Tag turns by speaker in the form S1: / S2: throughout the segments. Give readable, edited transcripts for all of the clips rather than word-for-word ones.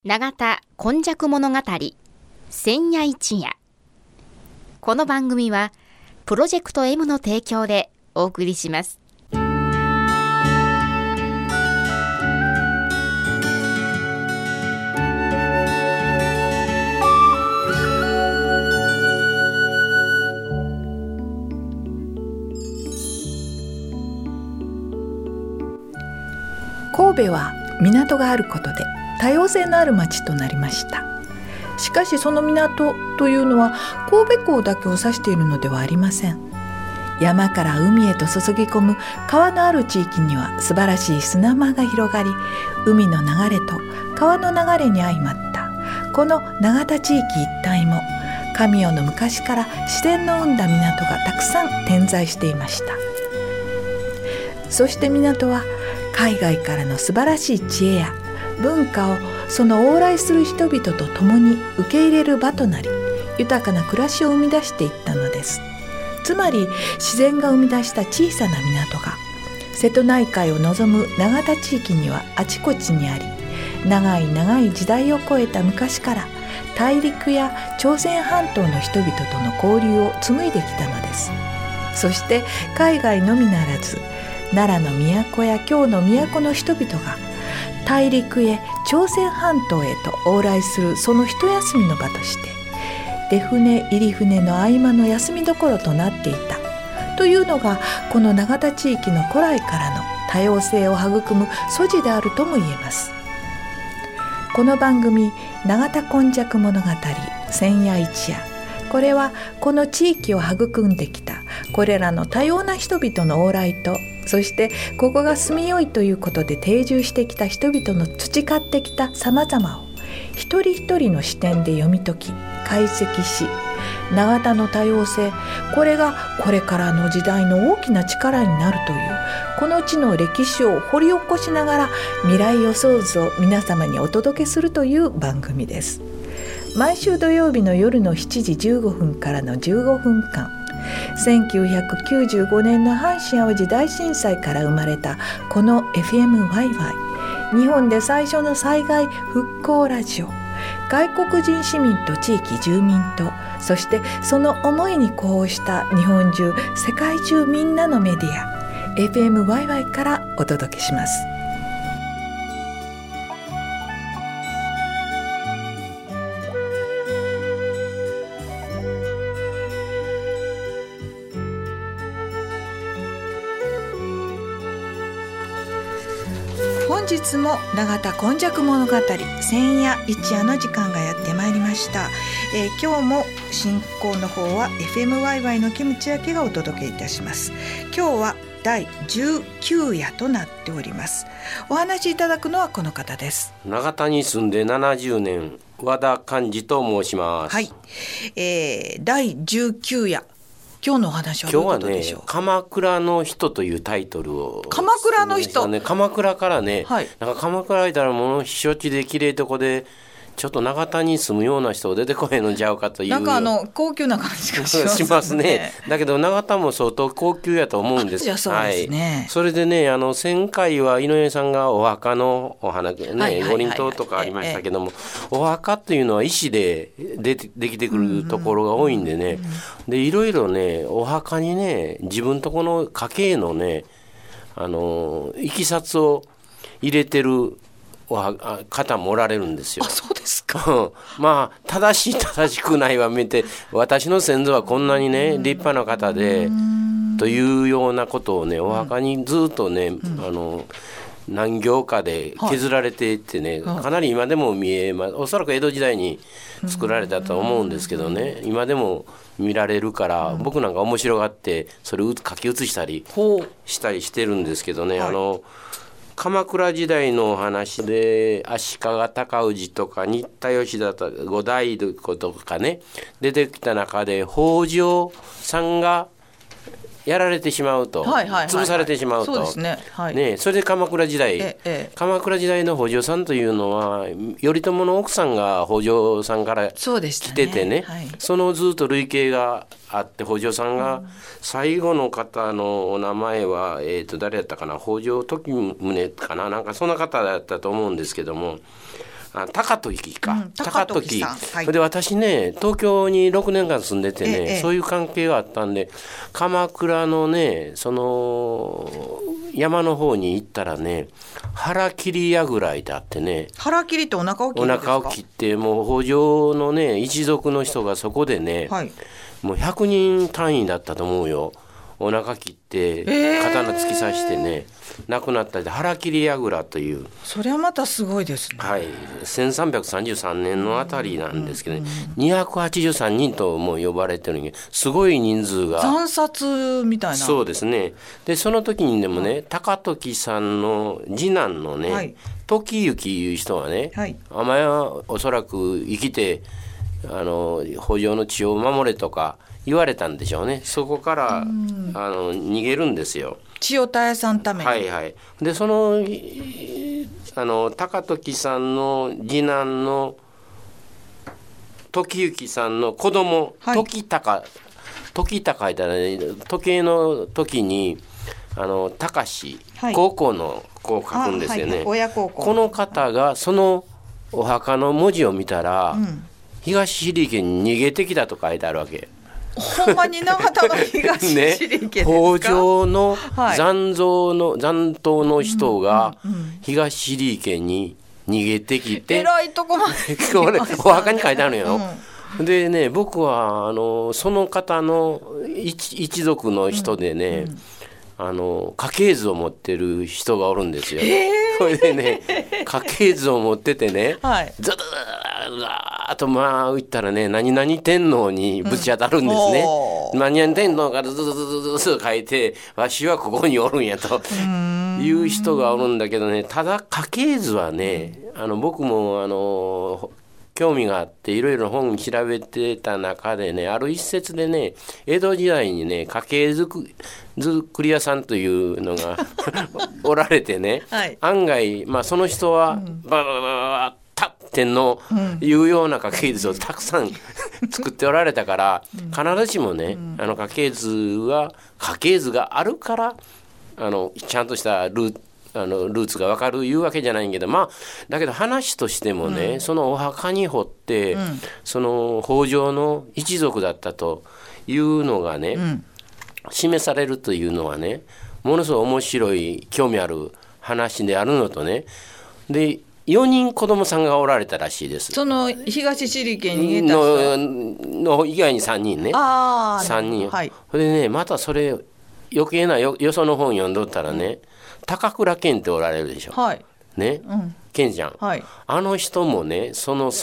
S1: 永田今昔物語千夜一夜。この番組はプロジェクト M の提供でお送りします。
S2: 神戸は港があることで多様性のある町となりました。しかしその港というのは神戸港だけを指しているのではありません。山から海へと注ぎ込む川のある地域には素晴らしい砂間が広がり、海の流れと川の流れに相まったこの永田地域一帯も神代の昔から自然の生んだ港がたくさん点在していました。そして港は海外からの素晴らしい知恵や文化をその往来する人々と共に受け入れる場となり、豊かな暮らしを生み出していったのです。つまり自然が生み出した小さな港が瀬戸内海を望む永田地域にはあちこちにあり、長い長い時代を超えた昔から大陸や朝鮮半島の人々との交流を紡いできたのです。そして海外のみならず奈良の都や京の都の人々が大陸へ朝鮮半島へと往来するその一休みの場として出船入り船の合間の休みどころとなっていたというのがこの永田地域の古来からの多様性を育む素地であるとも言えます。この番組永田今昔物語千夜一夜、これはこの地域を育んできたこれらの多様な人々の往来と、そしてここが住みよいということで定住してきた人々の培ってきた様々を一人一人の視点で読み解き解析し、永田の多様性、これがこれからの時代の大きな力になるというこの地の歴史を掘り起こしながら未来予想図を皆様にお届けするという番組です。毎週土曜日の夜の7時15分からの15分間、1995年の阪神・淡路大震災から生まれたこの FMYY、 日本で最初の災害復興ラジオ、外国人市民と地域住民と、そしてその思いに呼応した日本中世界中みんなのメディア FMYY からお届けします。本日も永田今昔物語千夜一夜の時間がやってまいりました。今日も進行の方は FMYY のキムチ焼きがお届けいたします。今日は第19夜となっております。お話しいただくのはこの方です。
S3: 永田に住んで70年和田寛治と申します。
S2: はい、第19夜、今日のお話はどういうことでしょう。
S3: 今日はね、鎌倉の人というタイトルを。
S2: 鎌倉の人、
S3: ね、鎌倉からね、
S2: はい、
S3: なんか鎌倉いたらもの避暑地で綺麗とこでちょっと永田に住むような人出てこへんのちゃうかという、
S2: なんか高級な感じが
S3: しますね。だけど永田も相当高級やと思うんです。
S2: じゃあそうですね、
S3: はい、それでね、前回は井上さんがお墓のお花ね、五輪塔とかありましたけども、お墓っていうのは石でできてくるところが多いんでね、でいろいろね、お墓にね、自分とこの家系のね、いきさつを入れてる方もおられるんですよ。
S2: あ、そうですか。
S3: まあ正しい正しくないは見て、私の先祖はこんなにね立派な方でというようなことをね、お墓にずっとね、何行かで削られていってね、かなり今でも見えます。おそらく江戸時代に作られたと思うんですけどね、今でも見られるから、僕なんか面白がってそれを書き写したりしてるんですけどね、鎌倉時代のお話で足利尊氏とか新田義貞後醍醐とかね出てきた中で、北条さんがやられてしまうと、潰されてしまうと、
S2: そうですね、はい、
S3: ね、それで鎌倉時代、鎌倉時代の北条さんというのは頼朝の奥さんが北条さんから来ててね、そのずっと累計があって、北条さんが最後の方のお名前は、誰だったかな、北条時宗かな、なんかそんな方だったと思うんですけども、 高時か、
S2: 高時さん、はい、
S3: で私ね東京に6年間住んでてね、そういう関係があったんで鎌倉のねその山の方に行ったらね腹切り櫓いであってね、
S2: 腹切りってお腹を切るんですか？
S3: お腹を切ってもう北条のね一族の人がそこでね、はい、もう100人単位だったと思うよ。お腹切って刀突き刺してね、亡くなったりで腹切り櫓という、
S2: それはまたすごいですね、
S3: はい、1333年のあたりなんですけど、ね283人とも呼ばれてるんですごい人数が
S2: 惨殺みたいな。
S3: そうですね。でその時にでもね高時さんの次男のね、はい、時行いう人はね、はい、お前はおそらく生きて北条の血を守れとか言われたんでしょうね。そこから逃げるんですよ。
S2: 血を絶やさんために。
S3: はいはい。でその高時さんの次男の時行さんの子供、はい、時高いたらね時計の時に高志、はい、高校の子を書くんですよね、はいはい、
S2: 親孝行。
S3: この方がそのお墓の文字を見たら、東入家に逃げてきたと書いてあるわけ。
S2: ほんまに長田の東入家ですか？
S3: 北条の残党の人が東入家に逃げてきて、
S2: えらいとこまで
S3: これお墓に書いてあるのよ、でね僕はその方の一族の人でね、家系図を持ってる人がおるんですよ。それでね家系図を持っててね、はい、ずっと言ったらね何々天皇にぶち当たるんですね、何々天皇からずっと書いてわしはここにおるんやという人がおるんだけどね、ただ家系図はね僕も興味があっていろいろ本調べてた中でねある一節でね江戸時代にね家系作り屋さんというのがおられてね、はい、案外、その人は天皇いうような家系図をたくさん作っておられたから必ずしもね家系図があるからちゃんとしたルーツが分かるいうわけじゃないんけど、だけど話としてもね、そのお墓に掘って、その北条の一族だったというのがね、示されるというのはねものすごい面白い興味ある話であるのとね、で4人子供さんがおられたらしいです。
S2: その東入家に逃げた
S3: 人の以外に3人ね、3人、はい、それでねまたそれ余計なよその本読んどったらね、高倉健っておられるでしょ、はいね健ちゃん、はい、あの人もねその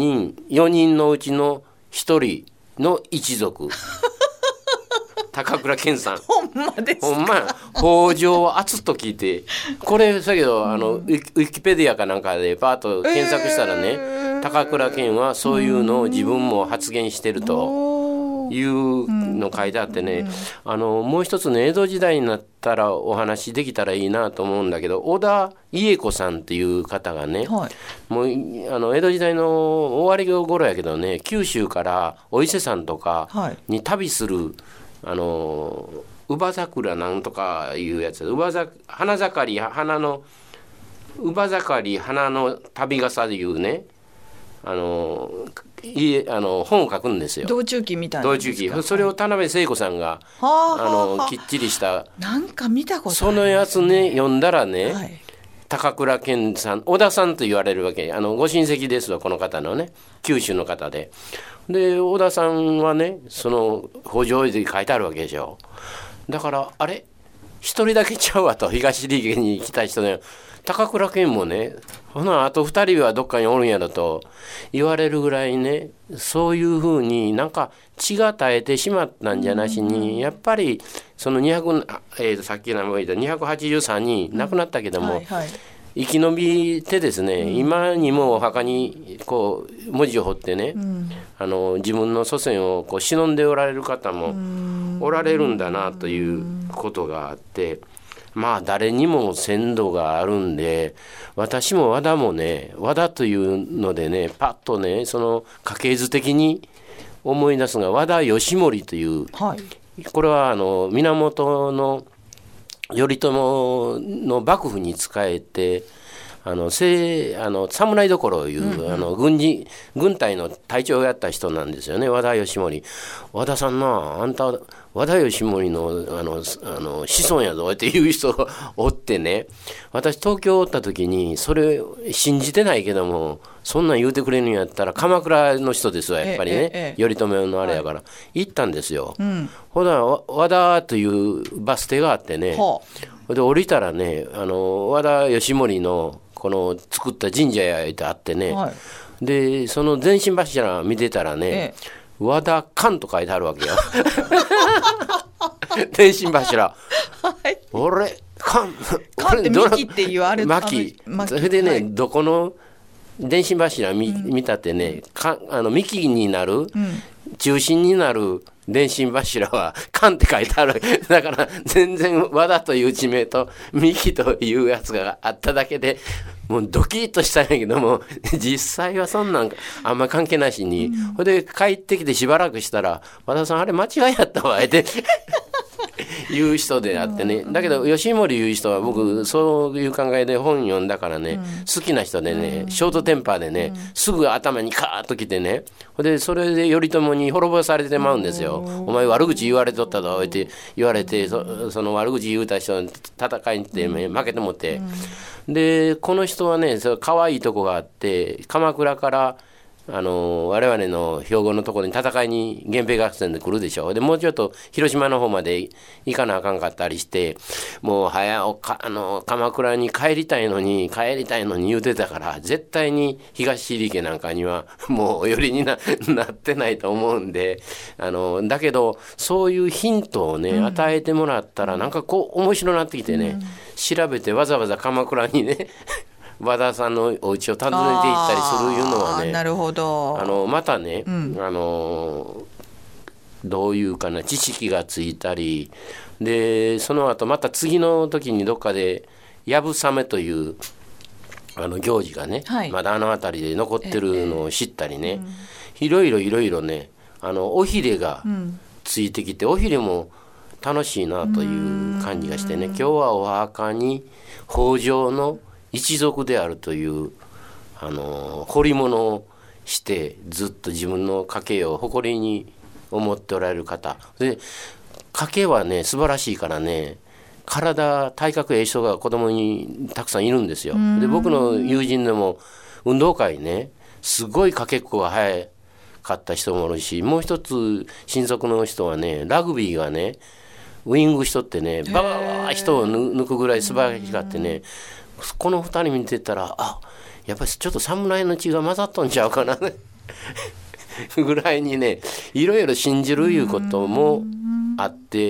S3: 4人のうちの1人の一族高倉健さん
S2: ほんまですか？
S3: ほんまや。北条篤時ってこれだけどウィキペディアかなんかでパーッと検索したらね、高倉健はそういうのを自分も発言してるというの書いてあってね、もう一つね江戸時代になったらお話できたらいいなと思うんだけど、織田家子さんっていう方がね、はい、もう江戸時代の終わり頃やけどね九州からお伊勢さんとかに旅する、乳母桜なんとかいうやつ、花盛り花の乳母盛り花の旅笠でいうね本を書くんですよ。
S2: 道中記みたいな
S3: 道中記、それを田辺聖子さんがきっちりした
S2: なんか見たことある、
S3: そのやつね読んだらね、はい、高倉健さん織田さんと言われるわけ、ご親戚ですわこの方のね、九州の方で織田さんはねその北条で書いてあるわけでしょ。だからあれ一人だけちゃうわと、東入家に来た人ね、高倉健もねほなあと2人はどっかにおるんやろと言われるぐらいね、そういうふうになんか血が絶えてしまったんじゃなしに、やっぱりそのさっきの言った283人亡くなったけども、はいはい、生き延びてですね、今にもお墓にこう文字を彫ってね、自分の祖先をこう忍んでおられる方もおられるんだなということがあって、誰にも先祖があるんで、私も和田もね和田というのでねパッとねその家系図的に思い出すのが和田義盛という、はい、これは源頼朝の幕府に仕えて侍所いう、軍隊の隊長をやった人なんですよね、和田義盛。和田さんな、あんた和田義盛の子孫やぞっていう人がおってね、私東京おった時にそれ信じてないけども、そんなん言うてくれるんやったら鎌倉の人ですわやっぱりね、頼朝のあれやから、行ったんですよ。ほら和田というバス停があってね、で降りたらね、和田義盛のこの作った神社やってあってね、でその前進柱見てたらね、和田館と書いてあるわけよ前進柱、俺館
S2: って幹っていうあれ
S3: 巻それでね、どこの電信柱 見たってね、幹になる、中心になる電信柱は館って書いてある。だから全然和田という地名と幹というやつがあっただけでもうドキッとしたんやけども、実際はそんなんあんま関係なしに、ほんで帰ってきてしばらくしたら、和田さんあれ間違いやったわって言う人であってね。だけど吉森いう人は僕そういう考えで本読んだからね、好きな人でね、ショートテンパーでね、すぐ頭にカーッときてね、でそれで頼朝に滅ぼされてまうんですよ。お前悪口言われとったぞって言われて、その悪口言うた人に戦いに行って負けてもって、でこの人はね、可愛いとこがあって、鎌倉から我々の兵庫のところに戦いに源平合戦で来るでしょ。でもうちょっと広島の方まで行かなあかんかったりして、もう鎌倉に帰りたいのに言うてたから、絶対に東入家なんかにはもうお寄りに なってないと思うんで、だけどそういうヒントをね、与えてもらったらなんかこう面白くなってきてね、調べてわざわざ鎌倉にね和田さんのお家を訪ねて行ったりするいうのはね、
S2: なるほど、
S3: またね、どういうかな、知識がついたりで、その後また次の時にどっかでやぶさめという行事がね、まだ辺りで残ってるのを知ったりね、いろいろね、おひれがついてきて、おひれも楽しいなという感じがしてね、今日はお墓に北条の一族であるという彫り物をしてずっと自分の家系を誇りに思っておられる方で、家系はね素晴らしいからね、体格ええ人が子供にたくさんいるんですよ。で僕の友人でも運動会ね、すごいかけっこが早かった人もいるし、もう一つ親族の人はね、ラグビーがねウイングしとってね、バババー人を抜くぐらい素晴らしかってね、この2人見てたら、やっぱりちょっと侍の血が混ざっとんちゃうかなぐらいにね、いろいろ信じるいうこともあって、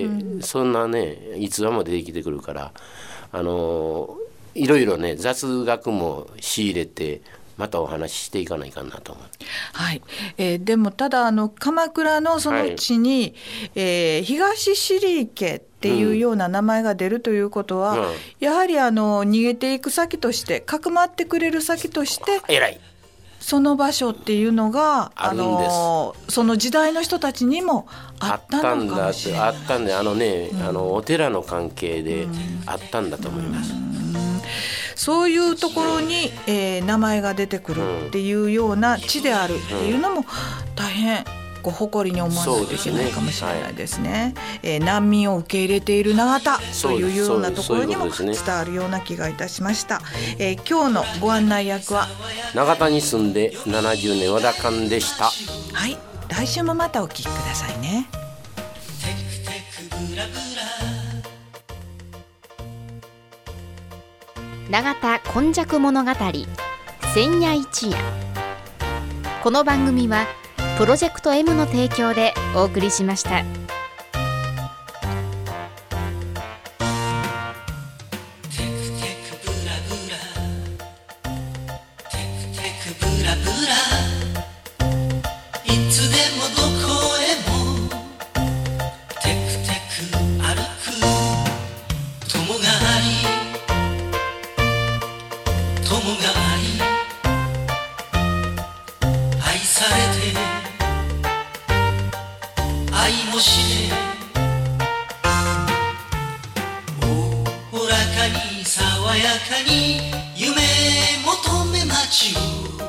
S3: そんなね逸話も出てきてくるから、いろいろね雑学も仕入れてまたお話ししていかないかなと思う。
S2: はい、でもただ鎌倉のその地に、東尻家っていうような名前が出るということは、やはり逃げていく先として、かくまってくれる先として
S3: 偉い
S2: その場所っていうのが
S3: あるんです。
S2: その時代の人たちにもあったのかもしれない。
S3: あったんで、お寺の関係であったんだと思います。
S2: そういうところに、名前が出てくるっていうような地であるっていうのも大変誇りに思わないといけないかもしれないですね。難民を受け入れている永田というようなところにも伝わるような気がいたしました。今日のご案内役は
S3: 永田に住んで70年和田寛でした。
S2: はい、来週もまたお聞きくださいね。
S1: 永田今昔物語千夜一夜。この番組はプロジェクト M の提供でお送りしました。
S4: おおらかに騒やかに夢求め街を